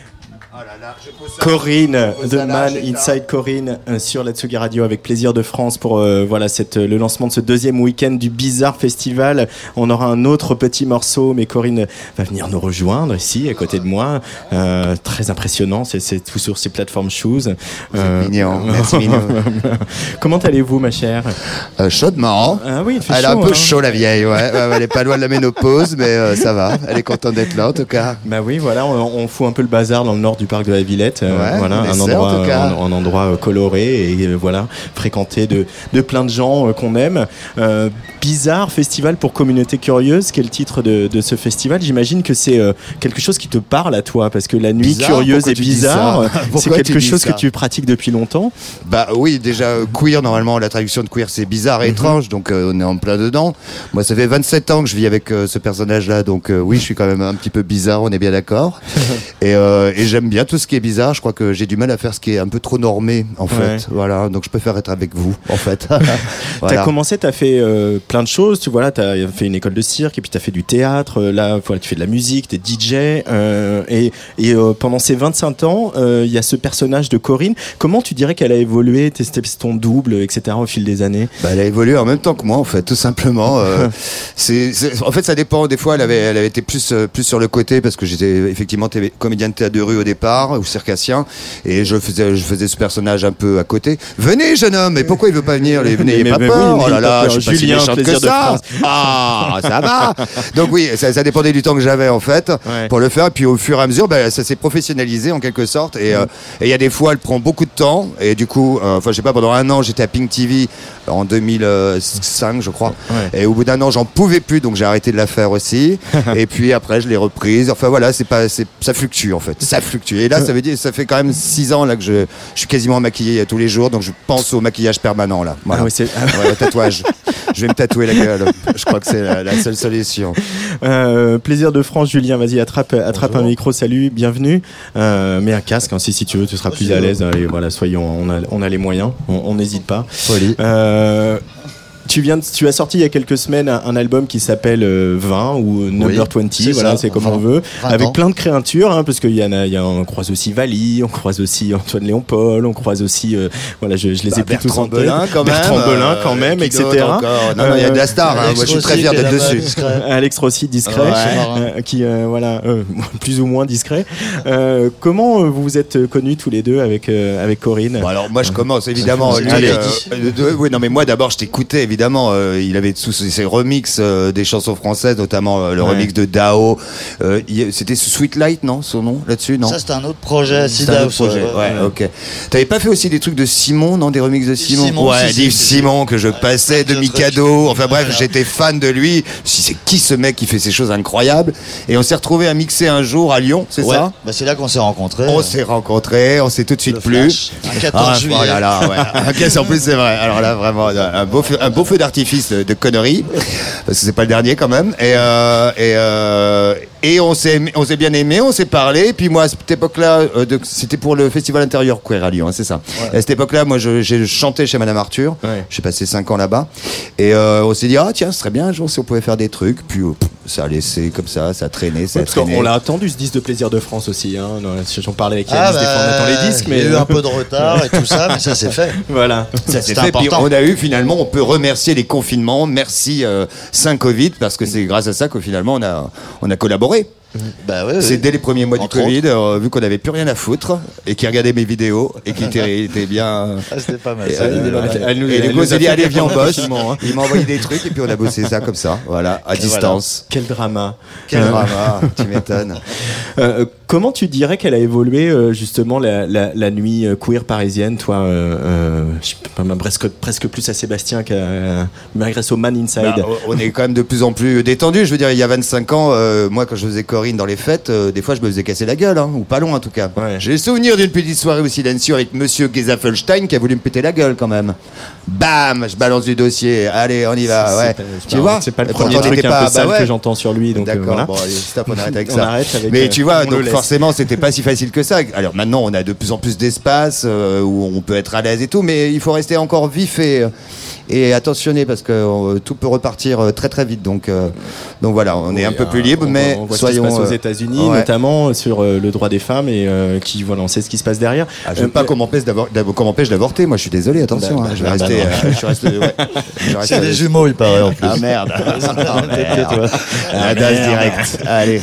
Corinne, The Man Inside Corinne sur la Tsugi Radio avec Plaisir de France pour voilà le lancement de ce deuxième week-end du Bizarre Festival. On aura un autre petit morceau, mais Corinne va venir nous rejoindre ici à côté de moi. Très impressionnant, c'est tout sur ces plateformes Shoes. C'est mignon, merci mignon. Comment allez-vous, ma chère? Chaudement. Ah oui, il fait elle chaud. a un peu chaud, la vieille. Ouais, elle est pas loin de la ménopause, mais ça va. Elle est contente d'être là, en tout cas. Bah oui, voilà, on fout un peu le bazar dans le nord du parc de la Villette. Voilà, un endroit coloré et voilà, fréquenté de plein de gens qu'on aime. Bizarre Festival pour communauté curieuse, quel titre de ce festival? J'imagine que c'est quelque chose qui te parle à toi, parce que la nuit bizarre, curieuse et bizarre, c'est quelque chose que tu pratiques depuis longtemps. Bah oui, déjà queer, normalement la traduction de queer c'est bizarre et étrange, donc on est en plein dedans. Moi ça fait 27 ans que je vis avec ce personnage-là, donc oui, je suis quand même un petit peu bizarre, on est bien d'accord. Et j'aime bien tout ce qui est bizarre. Je crois que j'ai du mal à faire ce qui est un peu trop normé, en fait. Voilà, donc je préfère être avec vous, en fait. Voilà. T'as commencé, t'as fait plein de choses. Tu vois, là, t'as fait une école de cirque et puis t'as fait du théâtre. Là, voilà, tu fais de la musique, t'es DJ. Et pendant ces 25 ans, il y a ce personnage de Corinne. Comment tu dirais qu'elle a évolué? C'était ton double, etc. au fil des années? Bah, elle a évolué en même temps que moi, en fait, tout simplement. En fait, ça dépend. Des fois, elle avait été plus sur le côté parce que j'étais effectivement comédien de théâtre de rue au départ, ou circassien. Et je faisais ce personnage un peu à côté. Venez, jeune homme, mais pourquoi il veut pas venir? Venez, il pas peur. Oh là là, je suis pas si méchante que ça. Ah, ça va. Donc oui, ça dépendait du temps que j'avais en fait pour le faire. Et puis au fur et à mesure, ça s'est professionnalisé en quelque sorte. Et il y a des fois, elle prend beaucoup de temps. Et du coup, je sais pas, pendant un an, j'étais à Pink TV en 2005, je crois. Et au bout d'un an, j'en pouvais plus, donc j'ai arrêté de la faire aussi. Et puis après, je l'ai reprise. Enfin voilà, ça fluctue en fait. Ça fluctue. Et là, ça fait quand même 6 ans là que je suis quasiment maquillé tous les jours, donc je pense au maquillage permanent là. Voilà. Le tatouage. Je vais me tatouer la gueule. Je crois que c'est la seule solution. Plaisir de France, Julien. Vas-y, attrape un micro. Salut, bienvenue. Mets un casque si tu veux, tu seras plus à l'aise. Allez, voilà, soyons. On a les moyens. On n'hésite pas. Folie. Tu as sorti il y a quelques semaines un album qui s'appelle 20 ou Number 20, voilà, c'est comme on veut, avec plein de créatures, parce qu'il on croise aussi Vali, on croise aussi Antoine Léon Paul, on croise aussi, voilà, je les ai plus tous en tête. Bertrand Belin quand même, etc. Non, il y a de la star, moi je suis très fier d'être dessus. Alex Rossi, discret, qui, voilà, plus ou moins discret. Comment vous vous êtes connus tous les deux avec Corinne? Bon, alors moi je commence évidemment. Oui, non mais moi d'abord je t'écoutais évidemment, il avait tous ses remixes des chansons françaises, notamment le remix de Dao. C'était Sweet Light, non, son nom là-dessus, non? Ça c'était un autre projet. Ok. T'avais pas fait aussi des trucs de Simon, non, des remixes de Simon? Yves Simon que je passais de Mikado. Enfin bref, j'étais fan de lui. C'est qui ce mec qui fait ces choses incroyables? Et on s'est retrouvés à mixer un jour à Lyon, c'est ça? Bah c'est là qu'on s'est rencontrés. On s'est tout de suite plu. Un 14 juillet. Oh là là, ouais. En plus c'est vrai. Alors là vraiment un beau feu d'artifice de conneries, parce que c'est pas le dernier quand même. Et on s'est bien aimé, on s'est parlé. Puis moi à cette époque-là, c'était pour le festival intérieur queer à Lyon, c'est ça. Ouais. À cette époque-là, moi j'ai chanté chez Madame Arthur. J'ai passé 5 ans là-bas. Et on s'est dit tiens, ce serait bien un jour si on pouvait faire des trucs. Puis ça a laissé comme ça a traîné, ça a traîné. On l'a attendu ce disque de Plaisir de France aussi. J'en parlais avec Yannis des fois en mettant les disques, mais il y a eu un peu de retard et tout ça, mais ça s'est fait. Voilà, ça s'est fait. Puis on a eu finalement, on peut remercier les confinements. Merci Saint-Covid, parce que c'est grâce à ça que finalement on a collaboré. Bah c'est dès les premiers mois du Covid, vu qu'on n'avait plus rien à foutre et qu'il regardait mes vidéos et qu'il était bien. C'était pas mal. Et du coup, on s'est dit allez, viens, on bosse. Il m'a envoyé des trucs et puis on a bossé ça comme ça, voilà, à distance. Quel drama. Tu m'étonnes. Comment tu dirais qu'elle a évolué justement la nuit queer parisienne, toi, presque plus à Sébastien qu'à malgré au Man Inside? On est quand même de plus en plus détendu. Je veux dire, il y a 25 ans, moi quand je faisais Corinne Halloween dans les fêtes, des fois je me faisais casser la gueule, ou pas loin en tout cas. J'ai le souvenir d'une petite soirée au silencieux avec monsieur Gezafelstein qui a voulu me péter la gueule quand même. Bam, je balance du dossier, allez on y va. Ouais. Tu vois, c'est pas le premier truc un peu sale que j'entends sur lui. Donc d'accord, voilà. bon allez, stop, on arrête avec On ça. arrête avec, mais tu vois, on donc le laisse. forcément c'était pas si facile que ça. Alors maintenant on a de plus en plus d'espace où on peut être à l'aise et tout, mais il faut rester encore vif et attentionné parce que tout peut repartir très très vite. Donc voilà, on est un peu plus libre, mais on voit soyons ce qui se passe aux États-Unis, notamment sur le droit des femmes et on sait ce qui se passe derrière. Je veux pas qu'on m'empêche d'avorter. Moi, je suis désolé. Attention, je vais rester. Je reste. C'est des jumeaux, il paraît en plus. Ah merde. La DAS direct. Allez.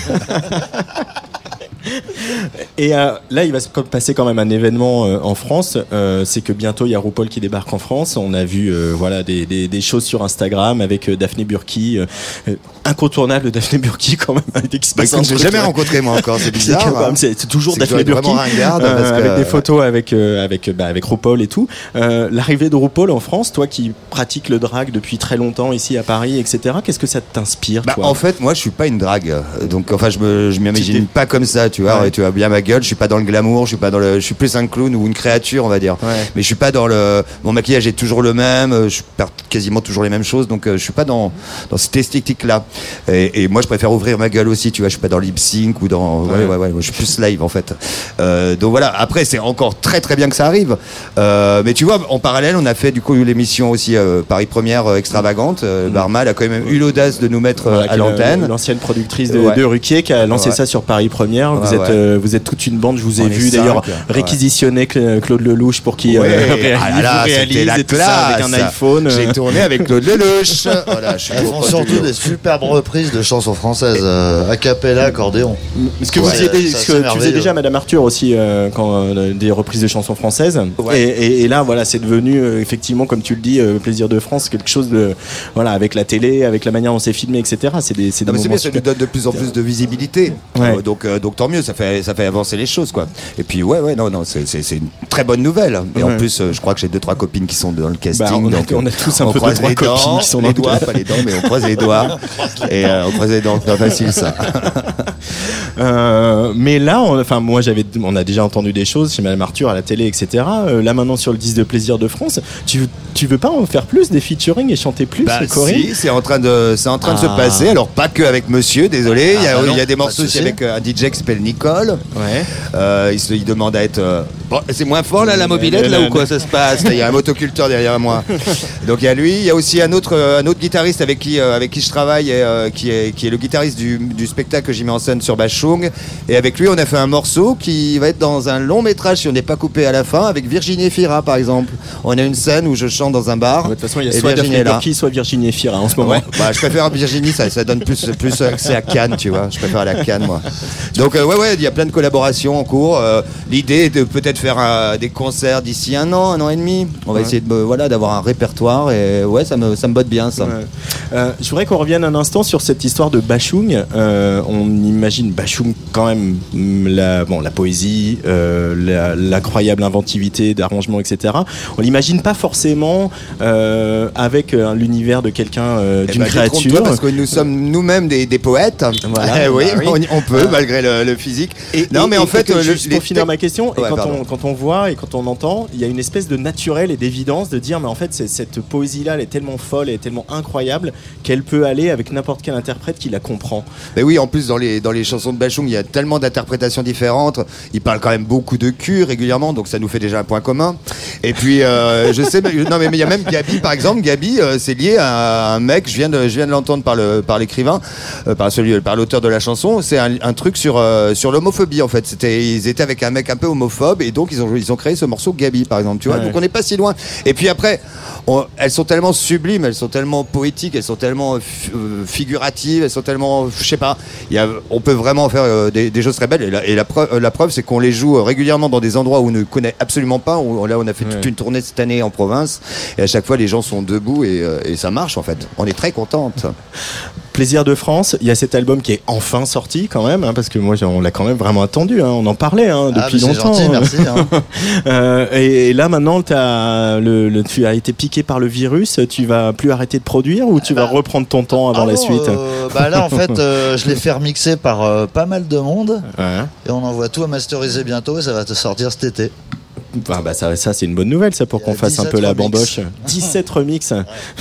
Et là, il va se passer quand même un événement en France. C'est que bientôt, il y a RuPaul qui débarque en France. On a vu des choses sur Instagram avec Daphné Burki. Incontournable Daphné Burki quand même. Je l'ai jamais rencontré moi encore. C'est bizarre. C'est toujours Daphné Burki. Avec des photos avec RuPaul et tout. L'arrivée de RuPaul en France, toi qui pratiques le drag depuis très longtemps ici à Paris, etc. Qu'est-ce que ça t'inspire, toi ? En fait, moi, je suis pas une drague. Donc, enfin, je m'imagine pas comme ça, tu vois. Ouais. Tu vois bien ma gueule. Je suis pas dans le glamour. Je suis plus un clown ou une créature, on va dire. Ouais. Mais je suis pas dans le. Mon maquillage est toujours le même. Je perds quasiment toujours les mêmes choses. Donc, je suis pas dans cette esthétique-là. Et moi, je préfère ouvrir ma gueule aussi. Tu vois, je suis pas dans lip sync ou dans. Ouais. Je suis plus live en fait. Donc voilà. Après, c'est encore très très bien que ça arrive. Mais tu vois, en parallèle, on a fait du coup l'émission aussi Paris Première extravagante. Barma a quand même eu l'audace de nous mettre à l'antenne. L'ancienne productrice de Ruquier qui a lancé ça sur Paris Première. Vous êtes toute une bande. Je vous ai vu d'ailleurs réquisitionner Claude Lelouch pour qu'il réalise la et tout ça avec un iPhone. J'ai tourné avec Claude Lelouch. Voilà, Ils font surtout des superbes reprises de chansons françaises, a cappella, accordéon. Ce que tu faisais déjà, Madame Arthur aussi, des reprises de chansons françaises. Et là, voilà, c'est devenu effectivement, comme tu le dis, Plaisir de France, quelque chose de, voilà, avec la télé, avec la manière dont c'est filmé, etc. C'est des mais c'est bien, ça nous donne de plus en plus de visibilité. Donc tant mieux, ça fait avancer les choses, quoi. Et puis c'est une très bonne nouvelle. Et en plus, je crois que j'ai 2-3 copines qui sont dans le casting. On a tous un peu 2-3 copines qui sont dans les doigts, pas les dents, mais on croise les doigts. Et on croise les dents, c'est pas facile ça. Mais là, on a déjà entendu des choses chez Madame Arthur à la télé, etc. Là maintenant sur le disque de Plaisir de France, tu veux pas en faire plus, des featuring et chanter plus, Corinne ? Si, c'est en train de se passer. Alors pas que avec Monsieur, désolé. Il y a des morceaux aussi avec un DJ qui s'appelle Nicole. Il demande à être. Bon, c'est moins fort là la mobilette là ou quoi ça se passe ? Il y a un motoculteur derrière moi. Donc il y a lui. Il y a aussi un autre guitariste avec qui je travaille, qui est le guitariste du spectacle que j'y mets en scène sur Bachung. Et avec lui, on a fait un morceau qui va être dans un long métrage si on n'est pas coupé à la fin, avec Virginie Efira par exemple. On a une scène où je chante dans un bar. De toute façon, il y a soit Daphné Burki, soit Virginie Efira en ce moment. Je préfère Virginie, ça donne plus accès à Cannes, tu vois. Je préfère la Cannes, moi. Donc il y a plein de collaborations en cours. L'idée est de peut-être faire des concerts d'ici un an et demi. On va essayer d'avoir un répertoire et ça me botte bien ça. Je voudrais qu'on revienne un instant sur cette histoire de Bachung. On imagine Bachung quand même la poésie, l'incroyable inventivité d'arrangement, etc. On l'imagine pas forcément avec l'univers de quelqu'un d'une créature. Parce que nous sommes nous-mêmes des poètes. Voilà, on peut malgré le physique. Mais en fait, pour finir ma question, quand on voit et quand on entend, il y a une espèce de naturel et d'évidence de dire mais en fait cette poésie-là, elle est tellement folle, elle est tellement incroyable qu'elle peut aller avec n'importe quel interprète qui la comprend. Mais oui, en plus dans les chansons de Bachung, il y a tellement d'interprétations différentes. Il parle quand même beaucoup de cul régulièrement, donc ça nous fait déjà un point commun. Et puis je sais, mais il y a même Gabi par exemple. Gabi, c'est lié à un mec. Je viens de l'entendre par l'écrivain, par l'auteur de la chanson. C'est un truc sur l'homophobie en fait. Ils étaient avec un mec un peu homophobe et donc ils ont créé ce morceau Gabi par exemple. Tu vois, donc on n'est pas si loin. Et puis après, elles sont tellement sublimes, elles sont tellement poétiques, elles sont tellement figuratives, elles sont tellement, je sais pas. On peut vraiment faire des choses très belles. Et la preuve, c'est qu'on les joue régulièrement dans des endroits où on ne connaît absolument pas. Là, on a fait toute une tournée cette année en province. Et à chaque fois, les gens sont debout et ça marche en fait. On est très contente. Plaisir de France, il y a cet album qui est enfin sorti quand même, hein, parce que moi on l'a quand même vraiment attendu, hein, on en parlait depuis longtemps. C'est gentil, merci. Et là maintenant tu as été piqué par le virus, tu vas plus arrêter de produire ou tu vas reprendre ton temps avant la suite? Là en fait je l'ai fait remixer par pas mal de monde et on envoie tout à masteriser bientôt et ça va te sortir cet été. Ça c'est une bonne nouvelle ça pour qu'on fasse un peu la bamboche. 17 remixes.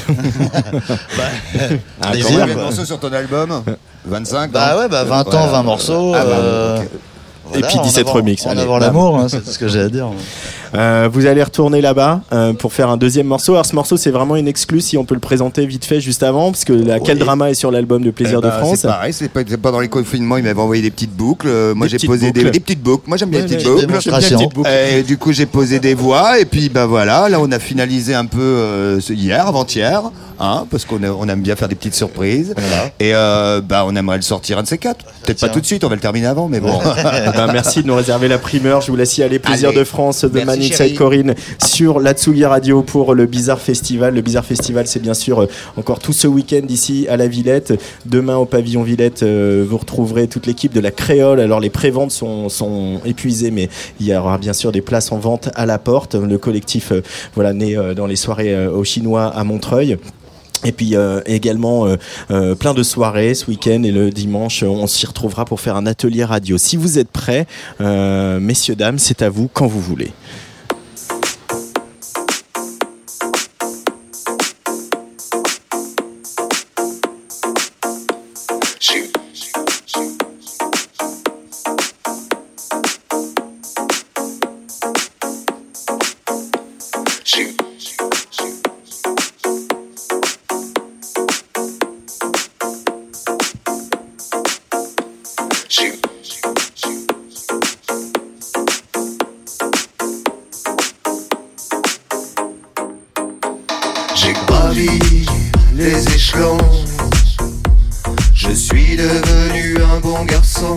Combien de morceaux sur ton album? 25? 20 ans, 20 morceaux. Et puis 17 remixes. En avant l'amour, c'est ce que j'ai à dire. Vous allez retourner là-bas pour faire un deuxième morceau. Alors ce morceau c'est vraiment une exclue, si on peut le présenter vite fait juste avant, parce que Quel drama est sur l'album de Plaisir de France. C'est pareil, c'est pas dans les confinements, il m'avait envoyé des petites boucles. Moi j'ai posé des petites boucles. Moi j'aime bien les petites boucles. Et du coup j'ai posé des voix et puis voilà, là on a finalisé un peu avant-hier, parce qu'on aime bien faire des petites surprises. Et on aimerait le sortir un de ces quatre. Peut-être pas tout de suite, on va le terminer avant, mais bon. Merci de nous réserver la primeur. Je vous laisse y aller. Plaisir de France de Manu Chai Corinne sur la Tsugi Radio pour le Bizarre Festival. Le Bizarre Festival, c'est bien sûr encore tout ce week-end ici à la Villette. Demain au pavillon Villette, vous retrouverez toute l'équipe de la Créole. Alors les préventes sont épuisées, mais il y aura bien sûr des places en vente à la porte. Le collectif né dans les soirées au Chinois à Montreuil. Et puis également plein de soirées ce week-end et le dimanche on s'y retrouvera pour faire un atelier radio. Si vous êtes prêts, messieurs, dames, c'est à vous quand vous voulez. J'ai gravi les échelons, je suis devenu un bon garçon,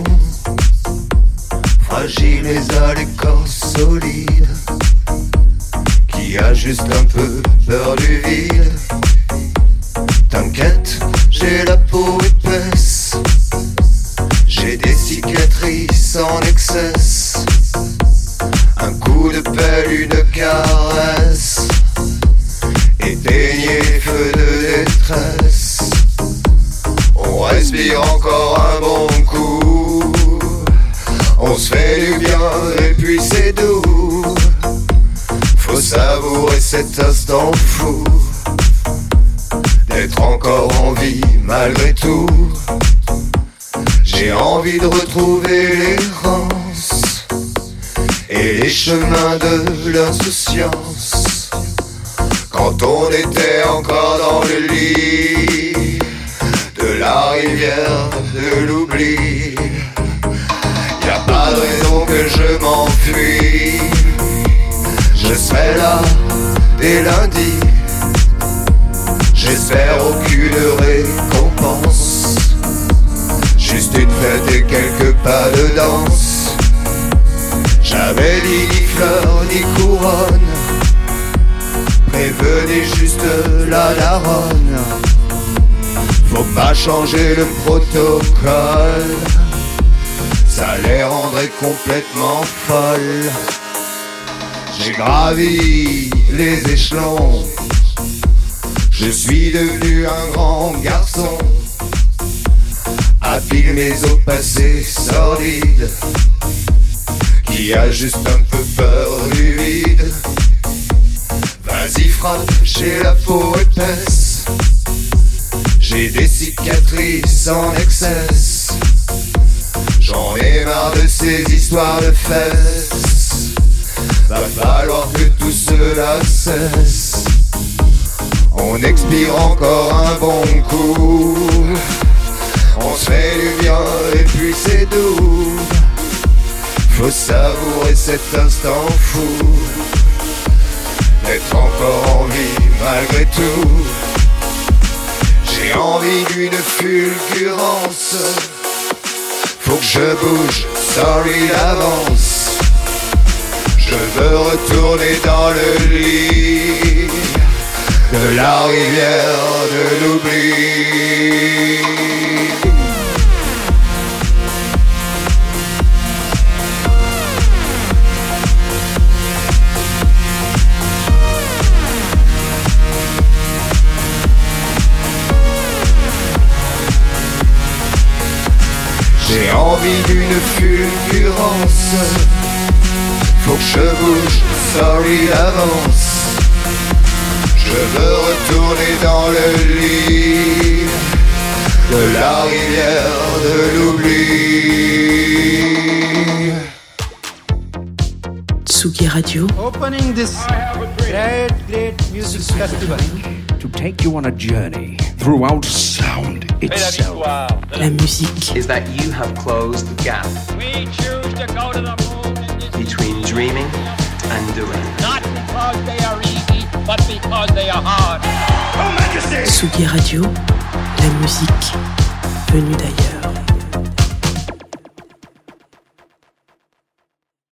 fragile mais à l'écorce solide, qui a juste un peu peur du vide. T'inquiète, j'ai la peau épaisse, j'ai des cicatrices en excès, un coup de pelle, une caresse, éteignez les feux de détresse. On respire encore un bon coup, on se fait du bien et puis c'est doux. Faut savourer cet instant fou, d'être encore en vie malgré tout. J'ai envie de retrouver l'errance et les chemins de l'insouciance, quand on était encore dans le lit de la rivière de l'oubli. Y'a pas de raison que je m'enfuis, je serai là dès lundi. J'espère aucune récompense, juste une fête et quelques pas de danse. J'avais dit ni fleurs ni couronne, prévenez juste la daronne. Faut pas changer le protocole, ça les rendrait complètement folles. J'ai gravi les échelons, je suis devenu un grand garçon, habile mais au passé sordide, qui a juste un peu peur du vide. Vas-y frappe, j'ai la peau épaisse, j'ai des cicatrices en excès, j'en ai marre de ces histoires de fesses, va falloir que tout cela cesse. On expire encore un bon coup, on se fait du bien et puis c'est doux. Faut savourer cet instant fou, d'être encore en vie malgré tout. J'ai envie d'une fulgurance, faut que je bouge, sorry d'avance. Je veux retourner dans le lit de la rivière de l'oubli. J'ai envie d'une fulgurance. Faut que je bouge, sorry d'avance. Je veux retourner dans le lit de la rivière de l'oubli. Tsugi Radio. Opening this great music festival to take you on a journey throughout sound itself. La musique. Is that you have closed the gap. We choose to go to the moon between dreaming and doing. Not because they are easy, but because they are hard. Tsugi Radio. La musique venue d'ailleurs.